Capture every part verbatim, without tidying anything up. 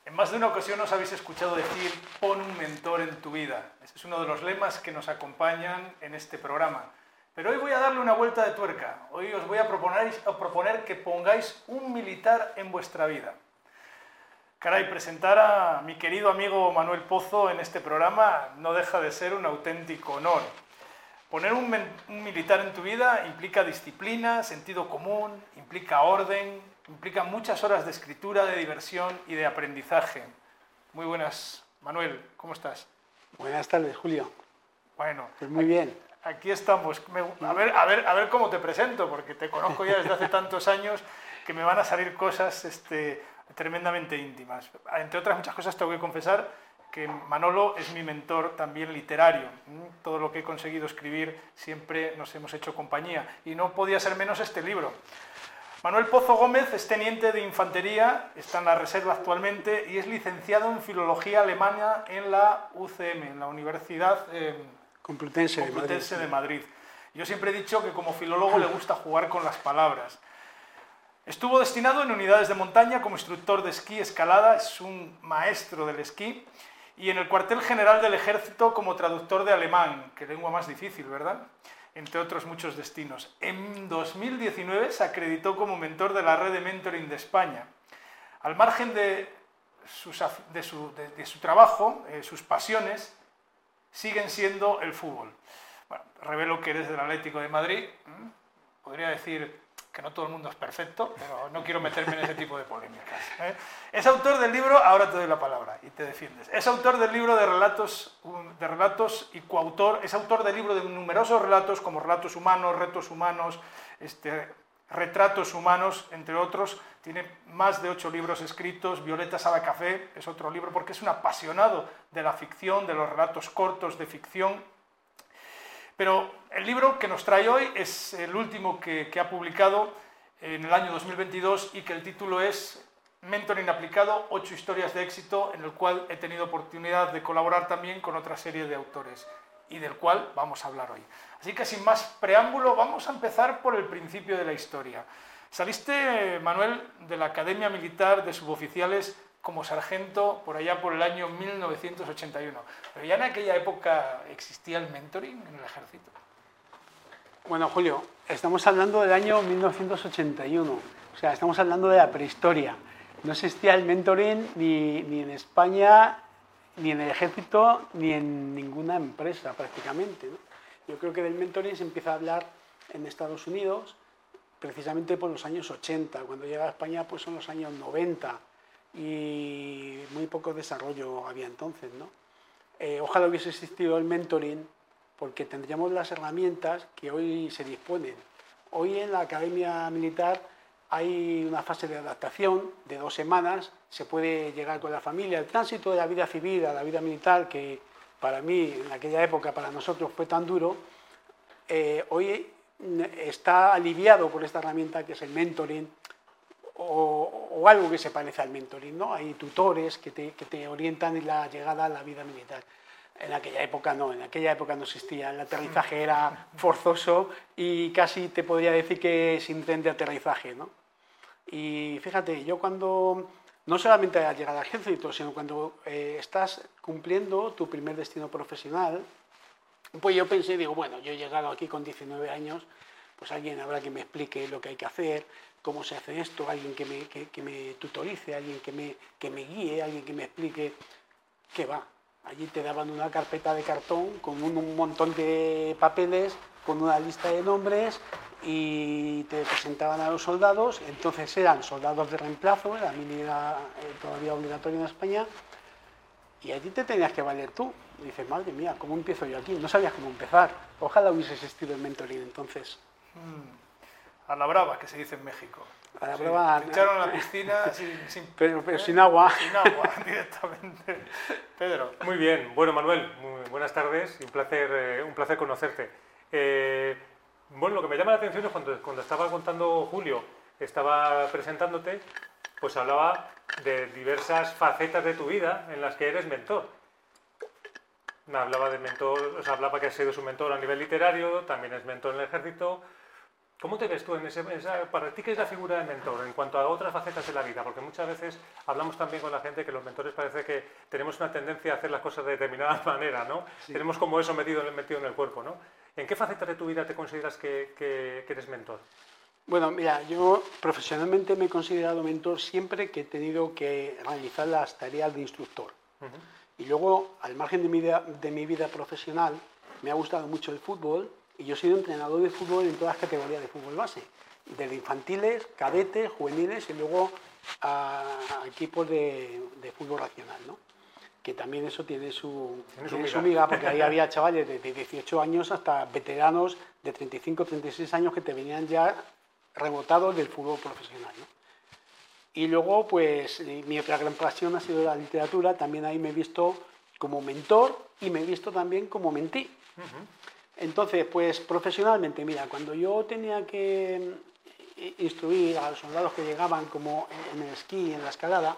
En más de una ocasión os habéis escuchado decir, pon un mentor en tu vida. Ese es uno de los lemas que nos acompañan en este programa. Pero hoy voy a darle una vuelta de tuerca. Hoy os voy a proponer, a proponer que pongáis un militar en vuestra vida. Caray, presentar a mi querido amigo Manuel Pozo en este programa no deja de ser un auténtico honor. Poner un, un militar en tu vida implica disciplina, sentido común, implica orden, implica muchas horas de escritura, de diversión y de aprendizaje. Muy buenas, Manuel, ¿cómo estás? Buenas tardes, Julio. Bueno, pues muy bien. Aquí estamos. Me, a, ver, a, ver, a ver cómo te presento, porque te conozco ya desde hace tantos años que me van a salir cosas este, tremendamente íntimas. Entre otras muchas cosas tengo que confesar que Manolo es mi mentor también literario. Todo lo que he conseguido escribir siempre nos hemos hecho compañía y no podía ser menos este libro. Manuel Pozo Gómez es teniente de infantería, está en la reserva actualmente y es licenciado en filología alemana en la U C M, en la Universidad eh, Complutense, Complutense de Madrid. de Madrid. Yo siempre he dicho que como filólogo le gusta jugar con las palabras. Estuvo destinado en unidades de montaña como instructor de esquí, escalada, es un maestro del esquí, y en el cuartel general del ejército como traductor de alemán, qué lengua más difícil, ¿verdad? Entre otros muchos destinos. En dos mil diecinueve se acreditó como mentor de la red de mentoring de España. Al margen de, sus, de, su, de, de su trabajo, eh, sus pasiones siguen siendo el fútbol. Bueno, revelo que eres del Atlético de Madrid. Podría decir que no todo el mundo es perfecto, pero no quiero meterme en ese tipo de polémicas. ¿eh? Es autor del libro, ahora te doy la palabra y te defiendes. Es autor del libro de relatos, de relatos y coautor, es autor del libro de numerosos relatos como Relatos Humanos, Retos Humanos, este, Retratos Humanos, entre otros. Tiene más de ocho libros escritos. Violeta sabe café es otro libro porque es un apasionado de la ficción, de los relatos cortos de ficción. Pero el libro que nos trae hoy es el último que, que ha publicado en el año dos mil veintidós y que el título es Mentoring aplicado, ocho historias de éxito, en el cual he tenido oportunidad de colaborar también con otra serie de autores y del cual vamos a hablar hoy. Así que sin más preámbulo, vamos a empezar por el principio de la historia. Saliste, Manuel, de la Academia Militar de Suboficiales como sargento por allá por el año mil novecientos ochenta y uno. Pero ya en aquella época existía el mentoring en el ejército. Bueno, Julio, estamos hablando del año mil novecientos ochenta y uno, o sea, estamos hablando de la prehistoria. No existía el mentoring ni, ni en España, ni en el ejército, ni en ninguna empresa prácticamente, ¿no? Yo creo que del mentoring se empieza a hablar en Estados Unidos precisamente por los años ochenta. Cuando llega a España pues son los años noventa. Y muy poco desarrollo había entonces, ¿no? Eh, ojalá hubiese existido el mentoring porque tendríamos las herramientas que hoy se disponen. Hoy en la Academia Militar hay una fase de adaptación de dos semanas, se puede llegar con la familia, el tránsito de la vida civil a la vida militar, que para mí en aquella época, para nosotros fue tan duro, eh, hoy está aliviado por esta herramienta que es el mentoring, O, o algo que se parece al mentoring, ¿no? Hay tutores que te, que te orientan en la llegada a la vida militar. En aquella época no, en aquella época no existía, el aterrizaje era forzoso y casi te podría decir que sin tren de aterrizaje, ¿no? Y fíjate, yo cuando, no solamente al llegar al ejército, sino cuando eh, estás cumpliendo tu primer destino profesional, pues yo pensé, digo, bueno, yo he llegado aquí con diecinueve años, pues alguien habrá que me explique lo que hay que hacer, cómo se hace esto, alguien que me, que, que me tutorice, alguien que me, que me guíe, alguien que me explique. ¿Qué va? Allí te daban una carpeta de cartón con un, un montón de papeles, con una lista de nombres y te presentaban a los soldados. Entonces eran soldados de reemplazo, la mili era eh, todavía obligatoria en España, y allí te tenías que valer tú. Y dices, madre mía, ¿cómo empiezo yo aquí? No sabías cómo empezar. Ojalá hubiese existido el mentoring entonces. Hmm. A la brava, que se dice en México. A la sí, brava. Te echaron a la piscina sin, sin, pero, pero ¿eh? sin agua. Sin agua, directamente. Pedro. Muy bien. Bueno, Manuel, muy buenas tardes y un placer, eh, un placer conocerte. Eh, bueno, lo que me llama la atención es cuando, cuando estaba contando Julio, estaba presentándote, pues hablaba de diversas facetas de tu vida en las que eres mentor. Me hablaba de mentor, o sea, hablaba que has sido su mentor a nivel literario, también es mentor en el ejército. ¿Cómo te ves tú en ese, esa, para ti qué es la figura del mentor en cuanto a otras facetas de la vida? Porque muchas veces hablamos también con la gente que los mentores parece que tenemos una tendencia a hacer las cosas de determinada manera, ¿no? Sí. Tenemos como eso metido, metido en el cuerpo, ¿no? ¿En qué facetas de tu vida te consideras que, que, que eres mentor? Bueno, mira, yo profesionalmente me he considerado mentor siempre que he tenido que realizar las tareas de instructor. Uh-huh. Y luego, al margen de mi, vida, de mi vida profesional, me ha gustado mucho el fútbol y yo he sido entrenador de fútbol en todas las categorías de fútbol base, desde infantiles, cadetes, juveniles y luego a, a equipos de, de fútbol nacional, ¿no? Que también eso tiene su, tiene tiene su miga, porque ahí había chavales de dieciocho años hasta veteranos de treinta y cinco, treinta y seis años que te venían ya rebotados del fútbol profesional, ¿no? Y luego, pues, mi otra gran pasión ha sido la literatura. También ahí me he visto como mentor y me he visto también como mentí. Uh-huh. Entonces, pues, profesionalmente, mira, cuando yo tenía que instruir a los soldados que llegaban como en el esquí, en la escalada,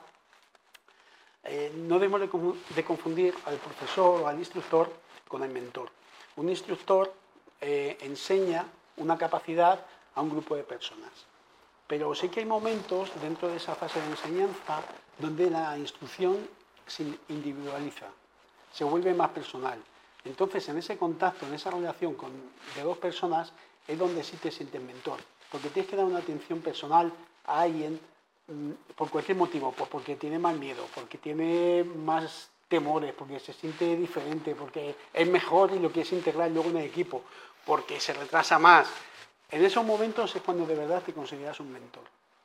eh, no debemos de confundir al profesor o al instructor con el mentor. Un instructor eh, enseña una capacidad a un grupo de personas. Pero sí que hay momentos dentro de esa fase de enseñanza donde la instrucción se individualiza, se vuelve más personal. Entonces, en ese contacto, en esa relación con, de dos personas, es donde sí te sientes mentor. Porque tienes que dar una atención personal a alguien mmm, por cualquier motivo, pues porque tiene más miedo, porque tiene más temores, porque se siente diferente, porque es mejor y lo quieres integrar luego en el equipo, porque se retrasa más. En esos momentos es cuando de verdad te consideras un mentor.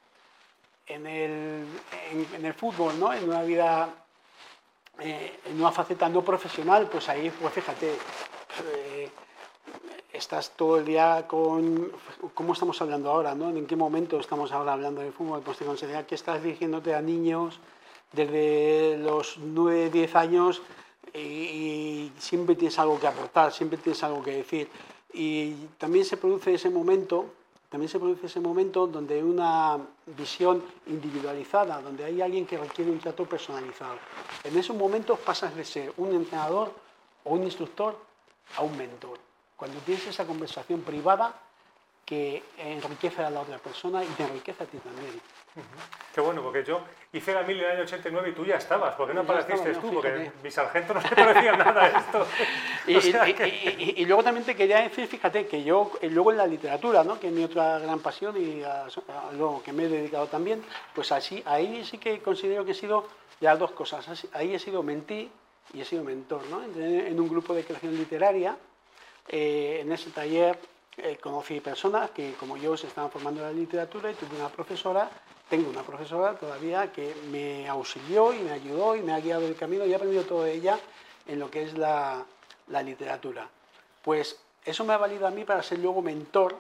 En el, en, en el fútbol, ¿no? En una vida, eh, en una faceta no profesional, pues ahí, pues fíjate, eh, estás todo el día con... ¿Cómo estamos hablando ahora, no? ¿En qué momento estamos ahora hablando de fútbol? Pues te consideras que estás dirigiéndote a niños desde los nueve, diez años y, y siempre tienes algo que aportar, siempre tienes algo que decir. Y también se produce ese momento, también se produce ese momento donde hay una visión individualizada, donde hay alguien que requiere un trato personalizado. En esos momentos pasas de ser un entrenador o un instructor a un mentor. Cuando tienes esa conversación privada que enriquece a la otra persona y te enriquece a ti también. Uh-huh. Qué bueno, porque yo hice la mil en el año ochenta y nueve y tú ya estabas. ¿Por qué no apareciste tú? No, porque mi sargento no se parecía nada a esto. Y, o sea y, que... y, y, y luego también te quería decir, fíjate, que yo, luego en la literatura, ¿no? Que es mi otra gran pasión y a, a lo que me he dedicado también, pues así, ahí sí que considero que he sido las dos cosas. Ahí he sido mentí y he sido mentor, ¿no? En, en un grupo de creación literaria, eh, en ese taller eh, conocí personas que, como yo, se estaban formando en la literatura y tuve una profesora. Tengo una profesora todavía que me auxilió y me ayudó y me ha guiado el camino y he aprendido todo de ella en lo que es la, la literatura. Pues eso me ha valido a mí para ser luego mentor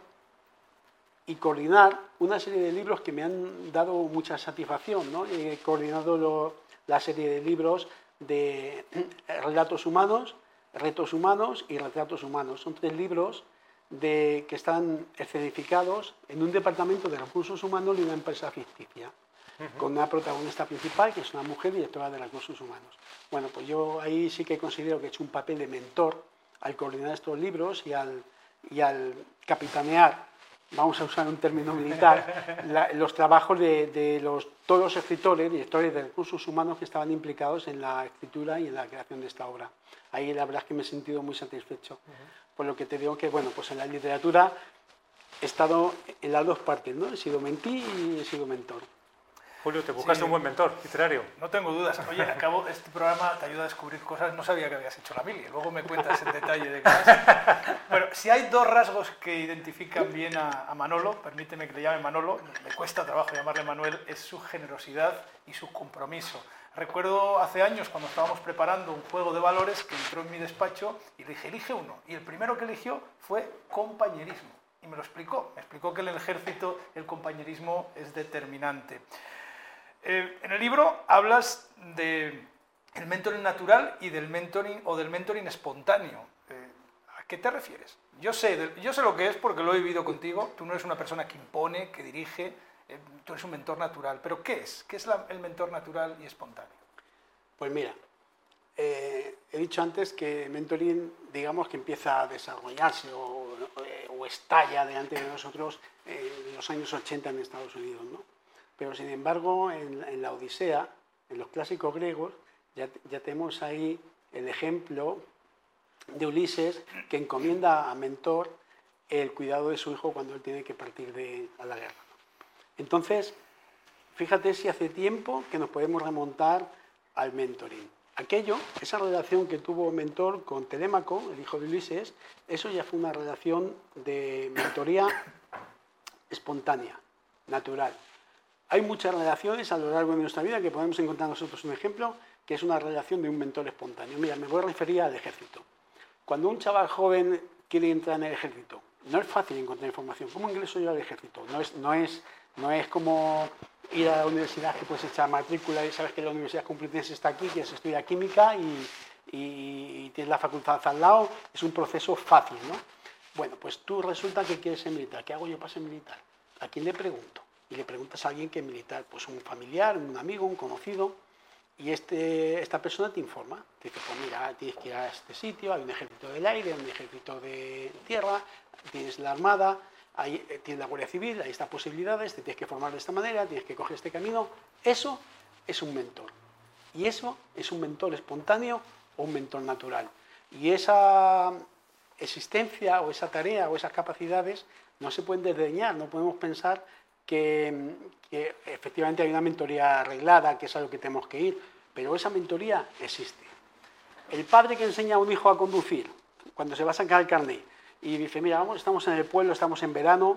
y coordinar una serie de libros que me han dado mucha satisfacción, ¿no? He coordinado lo, la serie de libros de relatos humanos, retos humanos y retratos humanos. Son tres libros de, que están escenificados en un departamento de recursos humanos de una empresa ficticia, uh-huh. con una protagonista principal que es una mujer directora de recursos humanos. Bueno, pues yo ahí sí que considero que he hecho un papel de mentor al coordinar estos libros y al, y al capitanear, vamos a usar un término militar, la, los trabajos de, de los, todos los escritores, directores de recursos humanos que estaban implicados en la escritura y en la creación de esta obra. Ahí la verdad es que me he sentido muy satisfecho. Uh-huh. Por lo que te digo que, bueno, pues en la literatura he estado en las dos partes, ¿no? He sido mentí y he sido mentor. Julio, te buscaste sí, un buen mentor literario. No tengo dudas. Oye, acabo, este programa te ayuda a descubrir cosas. No sabía que habías hecho la mili. Luego me cuentas en detalle de qué es. Bueno, si hay dos rasgos que identifican bien a, a Manolo, permíteme que le llame Manolo, me cuesta trabajo llamarle Manuel, es su generosidad y su compromiso. Recuerdo hace años cuando estábamos preparando un juego de valores que entró en mi despacho y le dije, elige uno. Y el primero que eligió fue compañerismo. Y me lo explicó. Me explicó que en el ejército el compañerismo es determinante. Eh, en el libro hablas del mentoring natural y del mentoring o del mentoring espontáneo. Eh, ¿A qué te refieres? Yo sé, yo sé lo que es porque lo he vivido contigo. Tú no eres una persona que impone, que dirige. Eh, tú eres un mentor natural. ¿Pero qué es? ¿Qué es la, el mentor natural y espontáneo? Pues mira, eh, he dicho antes que el mentoring, digamos que empieza a desarrollarse o, o o estalla delante de nosotros eh, en los años ochenta en Estados Unidos, ¿no? Pero sin embargo, en, en la Odisea, en los clásicos griegos, ya, ya tenemos ahí el ejemplo de Ulises que encomienda a Mentor el cuidado de su hijo cuando él tiene que partir de, a la guerra. Entonces, fíjate si hace tiempo que nos podemos remontar al mentoring. Aquello, esa relación que tuvo Mentor con Telémaco, el hijo de Ulises, eso ya fue una relación de mentoría espontánea, natural. Hay muchas relaciones a lo largo de nuestra vida que podemos encontrar nosotros un ejemplo, que es una relación de un mentor espontáneo. Mira, me voy a referir al ejército. Cuando un chaval joven quiere entrar en el ejército, no es fácil encontrar información. ¿Cómo ingreso yo al ejército? No es, no es, no es como ir a la universidad que puedes echar matrícula y sabes que la Universidad Complutense está aquí, que se estudia química y, y, y tienes la facultad al lado. Es un proceso fácil, ¿no? Bueno, pues tú resulta que quieres ser militar. ¿Qué hago yo para ser militar? ¿A quién le pregunto? Y le preguntas a alguien que es militar, pues un familiar, un amigo, un conocido, y este, esta persona te informa. Te dice, pues mira, tienes que ir a este sitio, hay un ejército del aire, un ejército de tierra, tienes la armada, hay, tienes la Guardia Civil, hay estas posibilidades, te tienes que formar de esta manera, tienes que coger este camino. Eso es un mentor. Y eso es un mentor espontáneo o un mentor natural. Y esa existencia o esa tarea o esas capacidades no se pueden desdeñar, no podemos pensar que, que efectivamente hay una mentoría arreglada, que es a lo que tenemos que ir, pero esa mentoría existe. El padre que enseña a un hijo a conducir, cuando se va a sacar el carnet, y dice, mira, vamos, estamos en el pueblo, estamos en verano,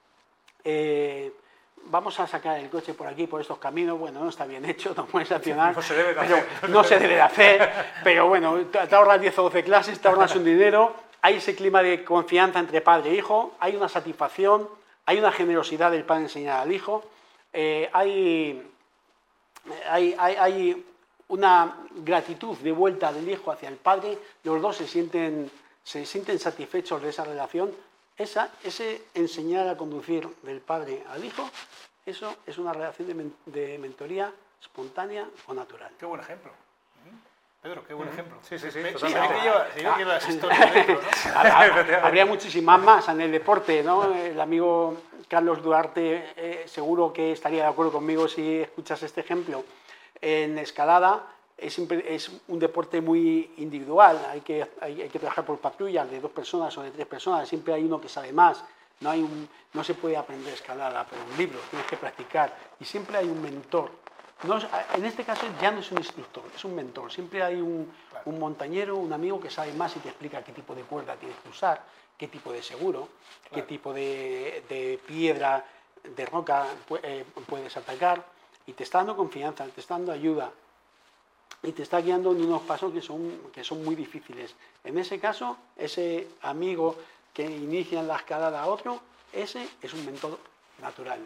eh, vamos a sacar el coche por aquí, por estos caminos, bueno, no está bien hecho, no puedes accionar, no se debe de pero hacer. no se debe de hacer, pero bueno, te ahorras diez o doce clases, te ahorras un dinero, hay ese clima de confianza entre padre e hijo, hay una satisfacción, hay una generosidad del padre enseñar al hijo, eh, hay, hay, hay, hay una gratitud de vuelta del hijo hacia el padre, los dos se sienten, se sienten satisfechos de esa relación. Esa, ese enseñar a conducir del padre al hijo, eso es una relación de, men de mentoría espontánea o natural. Qué buen ejemplo. Pedro, qué buen uh-huh. ejemplo. Sí, sí, sí. Me, totalmente. sí, que lleva, se ve que lleva las historias dentro, ¿no? Habría muchísimas más en el deporte, ¿no? El amigo Carlos Duarte eh, seguro que estaría de acuerdo conmigo si escuchas este ejemplo. En escalada es, es un deporte muy individual, hay que, hay, hay que trabajar por patrullas de dos personas o de tres personas, siempre hay uno que sabe más, no, hay un, no se puede aprender escalada por un libro, tienes que practicar y siempre hay un mentor. No, en este caso ya no es un instructor, es un mentor. Siempre hay un, un montañero, un amigo que sabe más y te explica qué tipo de cuerda tienes que usar, qué tipo de seguro, claro. qué tipo de, de piedra, de roca eh, puedes atacar y te está dando confianza, te está dando ayuda y te está guiando en unos pasos que son, que son muy difíciles. En ese caso, ese amigo que inicia en la escalada a otro, ese es un mentor natural.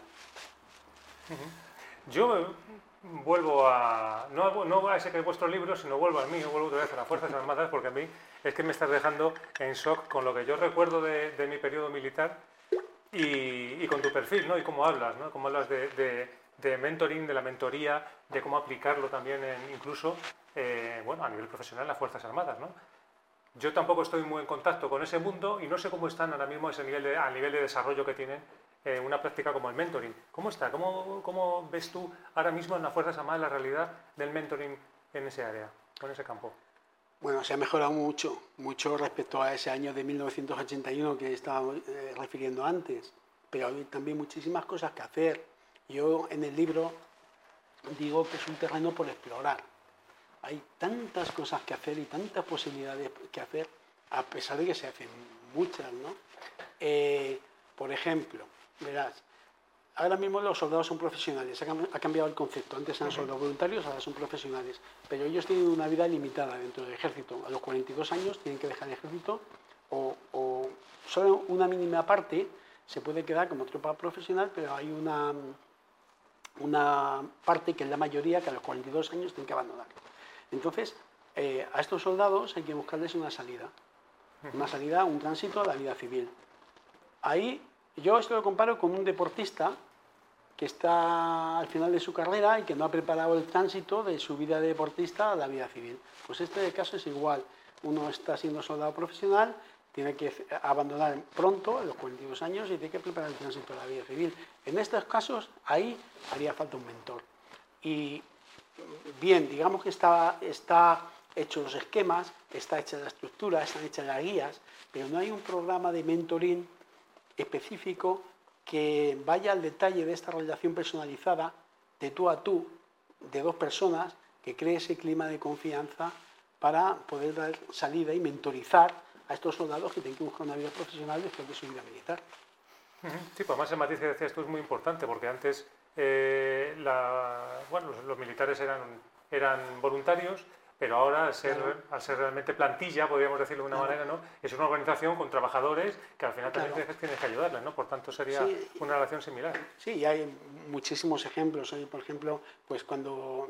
Uh-huh. Yo vuelvo a, no, no a ese que es vuestro libro, sino vuelvo al mío, vuelvo otra vez a las Fuerzas Armadas, porque a mí es que me estás dejando en shock con lo que yo recuerdo de, de mi periodo militar y, y con tu perfil, ¿no? Y cómo hablas, ¿no? Cómo hablas de, de, de mentoring, de la mentoría, de cómo aplicarlo también en, incluso eh, bueno, a nivel profesional en las Fuerzas Armadas, ¿no? Yo tampoco estoy muy en contacto con ese mundo y no sé cómo están ahora mismo ese nivel de, a nivel de desarrollo que tienen eh, una práctica como el mentoring. ¿Cómo está? ¿Cómo, ¿Cómo ves tú ahora mismo en las Fuerzas Armadas la realidad del mentoring en ese área, en ese campo? Bueno, se ha mejorado mucho, mucho respecto a ese año de mil novecientos ochenta y uno que estaba eh, refiriendo antes, pero hay también muchísimas cosas que hacer. Yo en el libro digo que es un terreno por explorar. Hay tantas cosas que hacer y tantas posibilidades que hacer, a pesar de que se hacen muchas, ¿no? Eh, por ejemplo, verás, ahora mismo los soldados son profesionales, ha cambiado el concepto, antes eran soldados voluntarios, ahora son profesionales, pero ellos tienen una vida limitada dentro del ejército, a los cuarenta y dos años tienen que dejar el ejército o, o solo una mínima parte se puede quedar como tropa profesional, pero hay una, una parte que es la mayoría que a los cuarenta y dos años tienen que abandonar. Entonces, eh, a estos soldados hay que buscarles una salida, una salida, un tránsito a la vida civil. Ahí, yo esto lo comparo con un deportista que está al final de su carrera y que no ha preparado el tránsito de su vida de deportista a la vida civil. Pues este caso es igual. Uno está siendo soldado profesional tiene que abandonar pronto, a los cuarenta y dos años, y tiene que preparar el tránsito a la vida civil. En estos casos, ahí haría falta un mentor. Y bien, digamos que está, está hecho los esquemas, está hecha la estructura, están hechas las guías, pero no hay un programa de mentoring específico que vaya al detalle de esta relación personalizada de tú a tú, de dos personas, que cree ese clima de confianza para poder dar salida y mentorizar a estos soldados que tienen que buscar una vida profesional después de su vida militar. Sí, pues además el matiz que decías tú es muy importante, porque antes eh, la, bueno, los, los militares eran, eran voluntarios, pero ahora, al ser, claro. al ser realmente plantilla, podríamos decirlo de una claro. manera, ¿no? Es una organización con trabajadores que al final también claro. tienes que ayudarles, ¿no? Por tanto, sería sí, una relación similar. Sí, y hay muchísimos ejemplos. Hay, por ejemplo, pues cuando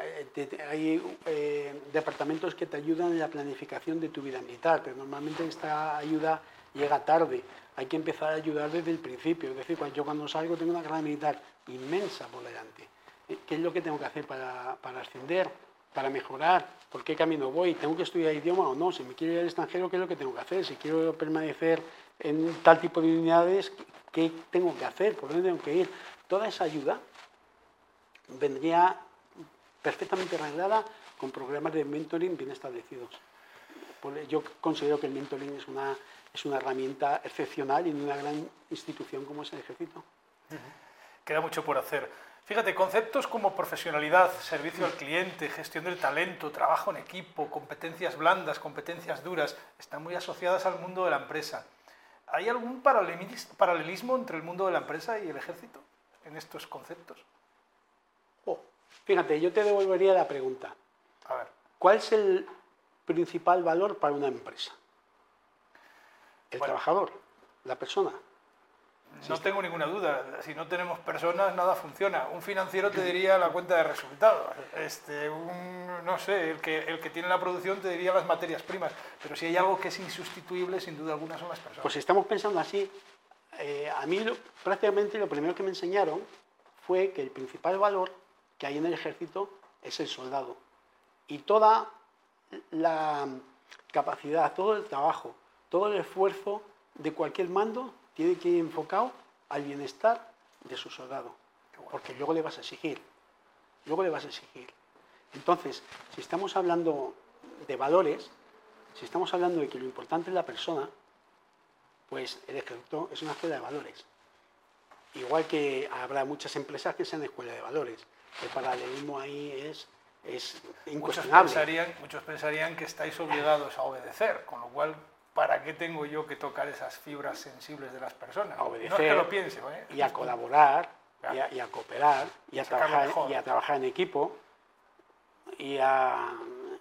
hay eh, departamentos que te ayudan en la planificación de tu vida militar, pero normalmente esta ayuda llega tarde. Hay que empezar a ayudar desde el principio. Es decir, cuando yo cuando salgo tengo una carrera militar inmensa por delante. ¿Qué es lo que tengo que hacer para, para ascender? Para mejorar, ¿por qué camino voy? ¿Tengo que estudiar idioma o no? Si me quiero ir al extranjero, ¿qué es lo que tengo que hacer? Si quiero permanecer en tal tipo de unidades, ¿qué tengo que hacer? ¿Por dónde tengo que ir? Toda esa ayuda vendría perfectamente arreglada con programas de mentoring bien establecidos. Yo considero que el mentoring es una, es una herramienta excepcional en una gran institución como es el Ejército. Queda mucho por hacer. Fíjate, conceptos como profesionalidad, servicio al cliente, gestión del talento, trabajo en equipo, competencias blandas, competencias duras, están muy asociadas al mundo de la empresa. ¿Hay algún paralelismo entre el mundo de la empresa y el ejército en estos conceptos? Oh, fíjate, yo te devolvería la pregunta. A ver. ¿Cuál es el principal valor para una empresa? El bueno, trabajador, la persona. No sí, tengo ninguna duda, si no tenemos personas nada funciona. Un financiero te diría la cuenta de resultados, este, un, no sé, el que, el que tiene la producción te diría las materias primas, pero si hay algo que es insustituible, sin duda alguna son las personas. Pues si estamos pensando así, eh, a mí lo, prácticamente lo primero que me enseñaron fue que el principal valor que hay en el ejército es el soldado. Y toda la capacidad, todo el trabajo, todo el esfuerzo de cualquier mando tiene que ir enfocado al bienestar de su soldado, porque luego le vas a exigir, luego le vas a exigir. Entonces, si estamos hablando de valores, si estamos hablando de que lo importante es la persona, pues el ejército es una escuela de valores. Igual que habrá muchas empresas que sean escuela de valores. El paralelismo ahí es, es incuestionable. Muchos pensarían, muchos pensarían que estáis obligados a obedecer, con lo cual, ¿para qué tengo yo que tocar esas fibras sensibles de las personas? A obedecer, no es que lo piense, ¿eh? Y a colaborar, claro. y, a, y a cooperar, y a, trabajar, y a trabajar en equipo, y a,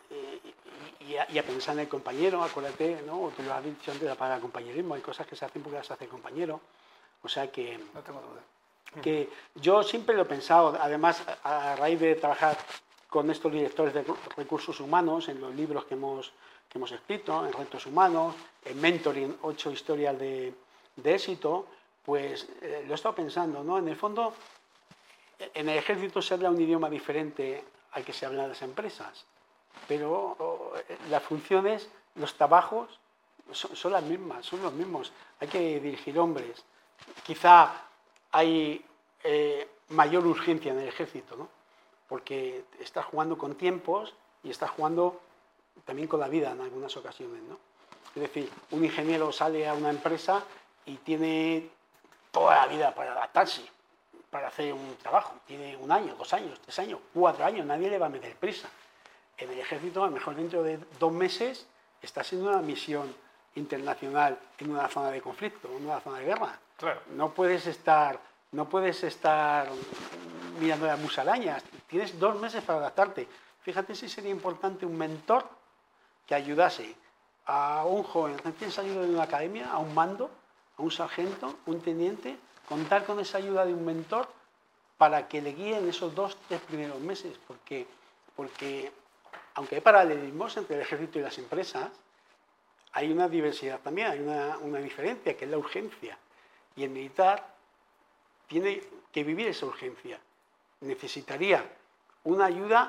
y, y, a, y a pensar en el compañero, acuérdate, ¿no? Tú lo has dicho antes, para el compañerismo, hay cosas que se hacen porque las hace el compañero. O sea que... No tengo duda. Que yo siempre lo he pensado, además, a raíz de trabajar con estos directores de recursos humanos, en los libros que hemos... que hemos escrito, en Retos Humanos, en Mentoring, ocho historias de, de éxito, pues eh, lo he estado pensando, ¿no? En el fondo, en el ejército se habla un idioma diferente al que se habla en las empresas, pero oh, las funciones, los trabajos son, son las mismas, son los mismos. Hay que dirigir hombres. Quizá hay eh, mayor urgencia en el ejército, ¿no? Porque estás jugando con tiempos y estás jugando también con la vida en algunas ocasiones, ¿no? Es decir, un ingeniero sale a una empresa y tiene toda la vida para adaptarse, para hacer un trabajo. Tiene un año, dos años, tres años, cuatro años, nadie le va a meter prisa. En el ejército, a lo mejor dentro de dos meses, estás en una misión internacional, en una zona de conflicto, en una zona de guerra. Claro. No puedes estar, no puedes estar mirando las musarañas. Tienes dos meses para adaptarte. Fíjate si sería importante un mentor que ayudase a un joven recién salido de una academia, a un mando, a un sargento, un teniente, contar con esa ayuda de un mentor para que le guíen esos dos, tres primeros meses, porque, porque aunque hay paralelismos entre el ejército y las empresas, hay una diversidad también, hay una, una diferencia, que es la urgencia. Y el militar tiene que vivir esa urgencia. Necesitaría una ayuda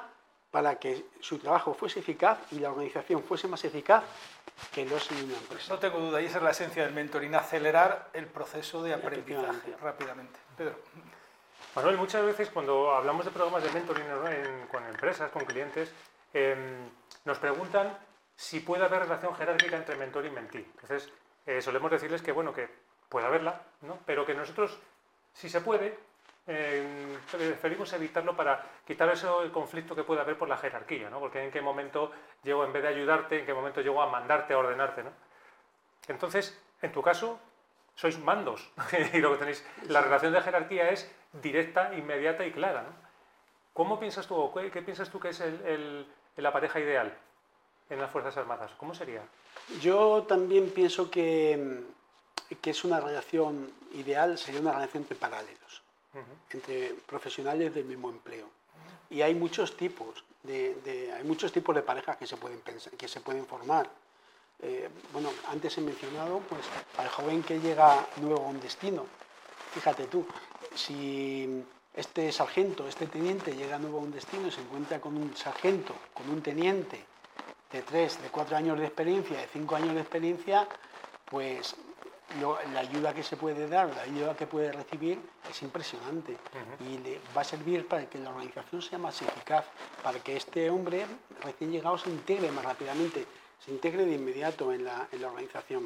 para que su trabajo fuese eficaz y la organización fuese más eficaz que lo es en una empresa. No tengo duda, y esa es la esencia del mentoring, acelerar el proceso de aprendizaje rápidamente. Pedro. Manuel, muchas veces cuando hablamos de programas de mentoring en, con empresas, con clientes, eh, nos preguntan si puede haber relación jerárquica entre mentor y mentí. Entonces, eh, solemos decirles que, bueno, que puede haberla, ¿no? Pero que nosotros, si se puede, eh, preferimos evitarlo para quitar ese conflicto que puede haber por la jerarquía, ¿no? Porque en qué momento llego, en vez de ayudarte, en qué momento llego a mandarte, a ordenarte, ¿no? Entonces, en tu caso, sois mandos y lo que tenéis, la relación de jerarquía es directa, inmediata y clara, ¿no? ¿Cómo piensas tú, o qué, qué piensas tú que es el, el, la pareja ideal en las Fuerzas Armadas? ¿Cómo sería? Yo también pienso que, que es una relación ideal, sería una relación entre paralelos, uh-huh. entre profesionales del mismo empleo. Uh-huh. Y hay muchos tipos de, de, hay muchos tipos de parejas que se pueden pensar, que se pueden formar. Eh, bueno, antes he mencionado, pues, al joven que llega nuevo a un destino. Fíjate tú, si este sargento, este teniente llega nuevo a un destino y se encuentra con un sargento, con un teniente de tres, de cuatro años de experiencia, de cinco años de experiencia, pues lo, la ayuda que se puede dar, la ayuda que puede recibir es impresionante. Uh-huh. Y le va a servir para que la organización sea más eficaz, para que este hombre recién llegado se integre más rápidamente, se integre de inmediato en la, en la organización.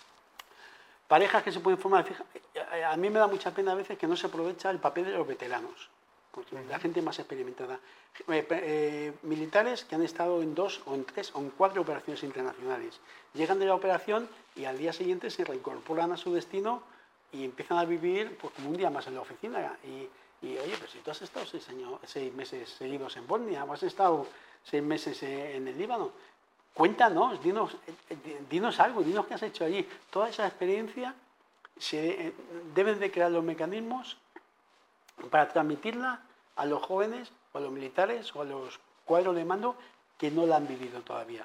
Parejas que se pueden formar, fíjate, a mí me da mucha pena a veces que no se aprovecha el papel de los veteranos, pues, uh-huh. la gente más experimentada. Eh, eh, militares que han estado en dos o en tres o en cuatro operaciones internacionales. Llegan de la operación y al día siguiente se reincorporan a su destino y empiezan a vivir pues, como un día más en la oficina. Y, y oye, pero si tú has estado seis, años, seis meses seguidos en Bosnia o has estado seis meses en el Líbano, cuéntanos, dinos, dinos algo, dinos qué has hecho allí. Toda esa experiencia se deben de crear los mecanismos para transmitirla a los jóvenes, o a los militares, o a los cuadros de mando que no la han vivido todavía.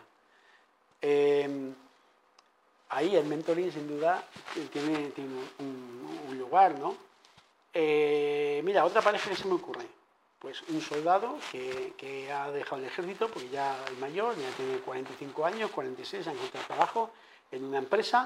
Eh, ahí el mentoring, sin duda, tiene, tiene un, un lugar, ¿no? Eh, mira, otra pareja que se me ocurre. Pues un soldado que, que ha dejado el ejército, porque ya es mayor, ya tiene cuarenta y cinco años, cuarenta y seis, ha encontrado trabajo en una empresa.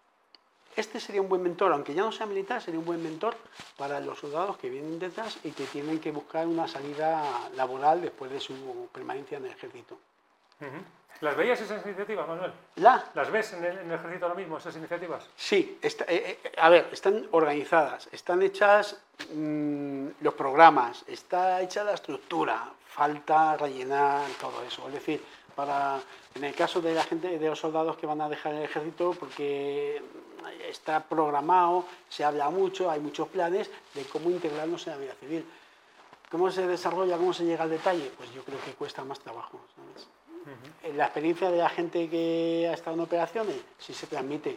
Este sería un buen mentor, aunque ya no sea militar, sería un buen mentor para los soldados que vienen detrás y que tienen que buscar una salida laboral después de su permanencia en el ejército. Uh-huh. ¿Las veías esas iniciativas, Manuel? ¿La? ¿Las ves en el, en el ejército ahora mismo, esas iniciativas? Sí, está, eh, eh, a ver, están organizadas, están hechas mmm, los programas, está hecha la estructura, falta rellenar todo eso. Es decir, para, en el caso de la gente, de los soldados que van a dejar el ejército, porque está programado, se habla mucho, hay muchos planes de cómo integrarnos en la vida civil. ¿Cómo se desarrolla, cómo se llega al detalle? Pues yo creo que cuesta más trabajo, ¿sabes? Uh-huh. La experiencia de la gente que ha estado en operaciones, sí se transmite,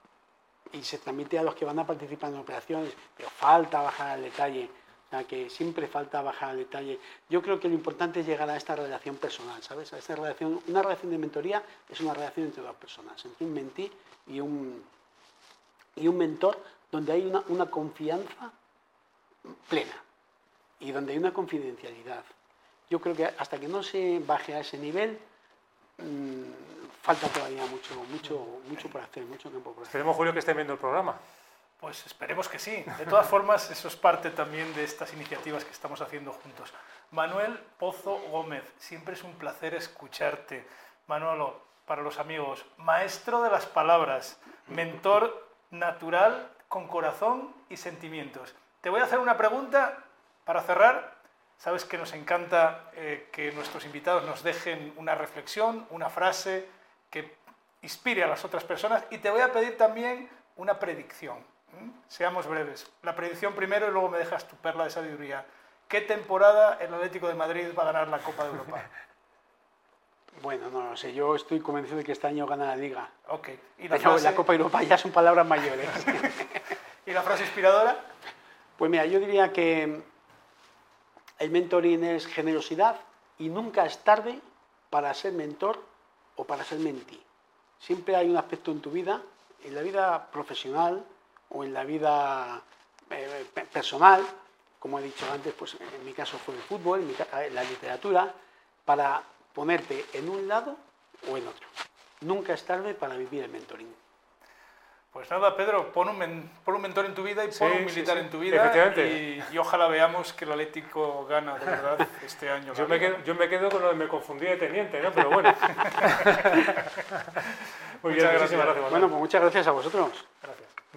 y se transmite a los que van a participar en operaciones, pero falta bajar al detalle, o sea, que siempre falta bajar al detalle. Yo creo que lo importante es llegar a esta relación personal, ¿sabes? A esta relación, una relación de mentoría es una relación entre dos personas, entre un mentí y un, y un mentor, donde hay una, una confianza plena y donde hay una confidencialidad. Yo creo que hasta que no se baje a ese nivel, mmm, falta todavía mucho, mucho, mucho por hacer, mucho tiempo por hacer. Esperemos, Julio, que estén viendo el programa. Pues esperemos que sí. De todas formas, eso es parte también de estas iniciativas que estamos haciendo juntos. Manuel Pozo Gómez, siempre es un placer escucharte. Manolo, para los amigos, maestro de las palabras, mentor natural, con corazón y sentimientos. Te voy a hacer una pregunta para cerrar. Sabes que nos encanta eh, que nuestros invitados nos dejen una reflexión, una frase que inspire a las otras personas, y te voy a pedir también una predicción. ¿Mm? Seamos breves. La predicción primero y luego me dejas tu perla de sabiduría. ¿Qué temporada el Atlético de Madrid va a ganar la Copa de Europa? Bueno, no lo sé. Yo estoy convencido de que este año gana la Liga. Ok. ¿Y la, Pero frase... la Copa de Europa ya son palabras mayores. ¿Y la frase inspiradora? Pues mira, yo diría que el mentoring es generosidad y nunca es tarde para ser mentor o para ser mentí. Siempre hay un aspecto en tu vida, en la vida profesional o en la vida eh, personal, como he dicho antes, pues en mi caso fue el fútbol, en mi, la literatura, para ponerte en un lado o en otro. Nunca es tarde para vivir el mentoring. Pues nada, Pedro, pon un, men, pon un mentor en tu vida y pon Sí, un militar sí, sí. en tu vida Efectivamente. y, y ojalá veamos que el Atlético gana, de verdad, este año. Yo me, quedo, yo me quedo con lo de me confundí de teniente, ¿no? Pero bueno. Muy bien, Muchas muchísimas gracias. gracias. Bueno, pues muchas gracias a vosotros.